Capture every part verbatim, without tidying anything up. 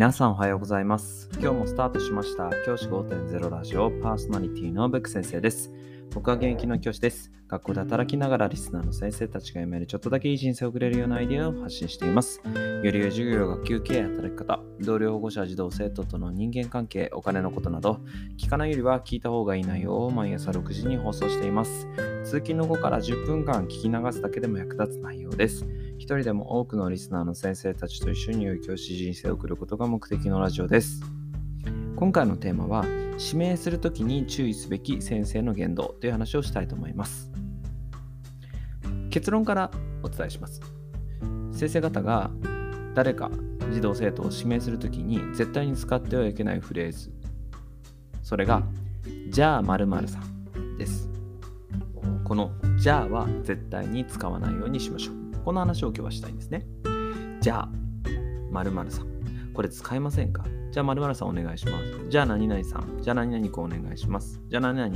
皆さんおはようございます。今日もスタートしました教師 ごてんゼロ ラジオパーソナリティのベク先生です。僕は現役の教師です。学校で働きながらリスナーの先生たちが読めるちょっとだけいい人生を送れるようなアイデアを発信しています。より良い授業、学級経営、働き方、同僚保護者、児童生徒との人間関係、お金のことなど、聞かないよりは聞いた方がいい内容を毎朝ろくじに放送しています。通勤の後からじゅっぷんかん聞き流すだけでも役立つ内容です。一人でも多くのリスナーの先生たちと一緒に良い教師人生を送ることが目的のラジオです。今回のテーマは、指名するときに注意すべき先生の言動という話をしたいと思います。結論からお伝えします。先生方が誰か児童生徒を指名するときに絶対に使ってはいけないフレーズ、それがじゃあ〇〇さんです。このじゃあは絶対に使わないようにしましょう。この話を今日はしたいんですね。じゃあ〇〇さん、これ使えませんか？じゃあ〇〇さんお願いします。じゃあ何々さん、じゃあ何々くんお願いします。じゃあ何々。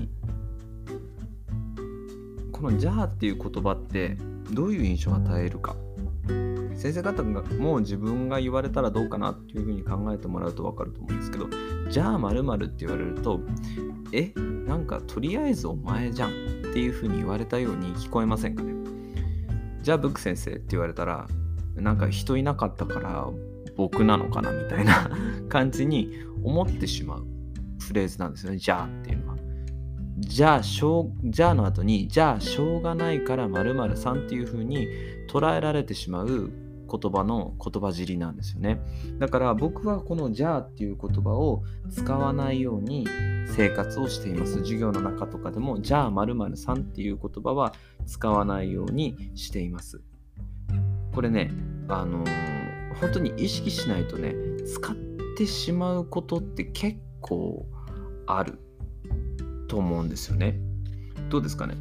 このじゃあっていう言葉ってどういう印象を与えるか。先生方がもう自分が言われたらどうかなっていうふうに考えてもらうと分かると思うんですけど、じゃあ〇〇って言われると、え、なんかとりあえずお前じゃんっていうふうに言われたように聞こえませんかね。じゃあブック先生って言われたら、なんか人いなかったから僕なのかなみたいな感じに思ってしまうフレーズなんですよね。じゃあっていうのは。じゃあしょう、じゃあの後に、じゃあしょうがないから〇〇さんっていう風に捉えられてしまう言葉の言葉尻なんですよね。だから僕はこのじゃあっていう言葉を使わないように生活をしています。授業の中とかでもじゃあ〇〇さんっていう言葉は使わないようにしています。これね、あのー、本当に意識しないとね、使ってしまうことって結構あると思うんですよね。どうですかね。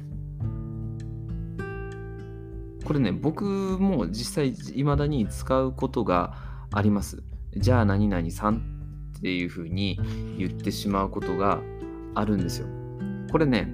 これね、僕も実際未だに使うことがあります。じゃあ何々さんっていう風に言ってしまうことがあるんですよ。これね、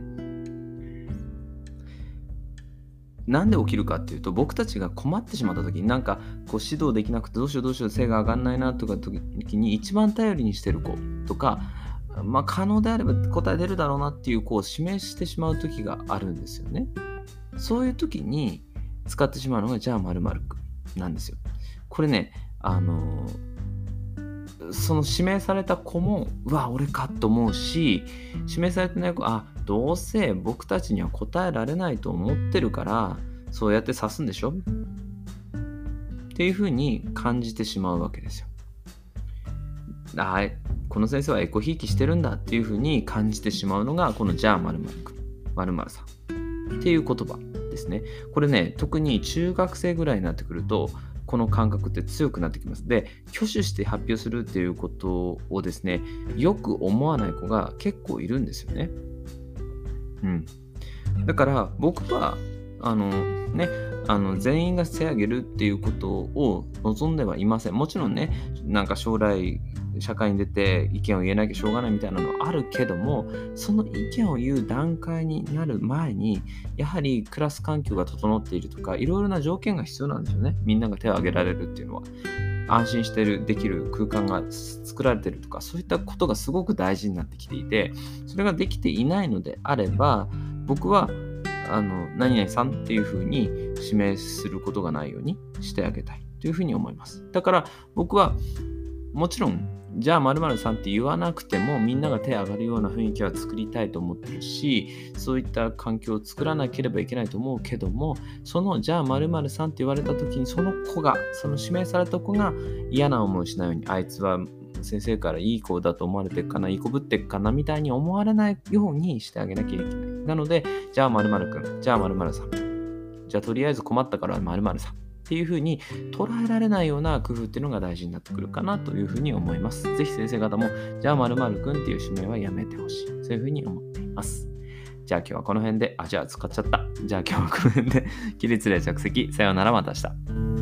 なんで起きるかっていうと、僕たちが困ってしまった時に、なんかこう指導できなくてどうしようどうしよう背が上がんないなとか時に一番頼りにしてる子とか、まあ可能であれば答え出るだろうなっていう子を指名してしまう時があるんですよね。そういう時に使ってしまうのがじゃあ〇〇くんなんですよ。これね、あのー、その指名された子もうわ俺かと思うし、指名されてない子、あどうせ僕たちには答えられないと思ってるからそうやって指すんでしょっていう風に感じてしまうわけですよ。あこの先生はエコひいきしてるんだっていう風に感じてしまうのがこのじゃあ〇〇くん、〇〇さんっていう言葉ですね。これね、特に中学生ぐらいになってくるとこの感覚って強くなってきます。で、挙手して発表するっていうことをですね、よく思わない子が結構いるんですよね。うん。だから僕はあのね、あの全員が手を挙げるっていうことを望んではいません。もちろんね、なんか将来社会に出て意見を言えなきゃしょうがないみたいなのはあるけども、その意見を言う段階になる前にやはりクラス環境が整っているとか、いろいろな条件が必要なんですよね。みんなが手を挙げられるっていうのは、安心してるできる空間が作られているとか、そういったことがすごく大事になってきていて、それができていないのであれば、僕はあの何々さんっていう風に指名することがないようにしてあげたいというふうに思います。だから僕はもちろんじゃあ〇〇さんって言わなくてもみんなが手を挙がるような雰囲気は作りたいと思ってるし、そういった環境を作らなければいけないと思うけども、そのじゃあ〇〇さんって言われた時にその子が、その指名された子が嫌な思いしないように、あいつは先生からいい子だと思われてっかな、いい子ぶってっかなみたいに思われないようにしてあげなきゃいけない。なので、じゃあ〇〇くん、じゃあ〇〇さん、じゃあとりあえず困ったから〇〇さんっていう風に捉えられないような工夫っていうのが大事になってくるかなという風に思います。ぜひ先生方も、じゃあ〇〇くんっていう指名はやめてほしい。そういう風に思っています。じゃあ今日はこの辺で、あ、じゃあ使っちゃった。じゃあ今日はこの辺で、起立例着席、さようなら、また明日。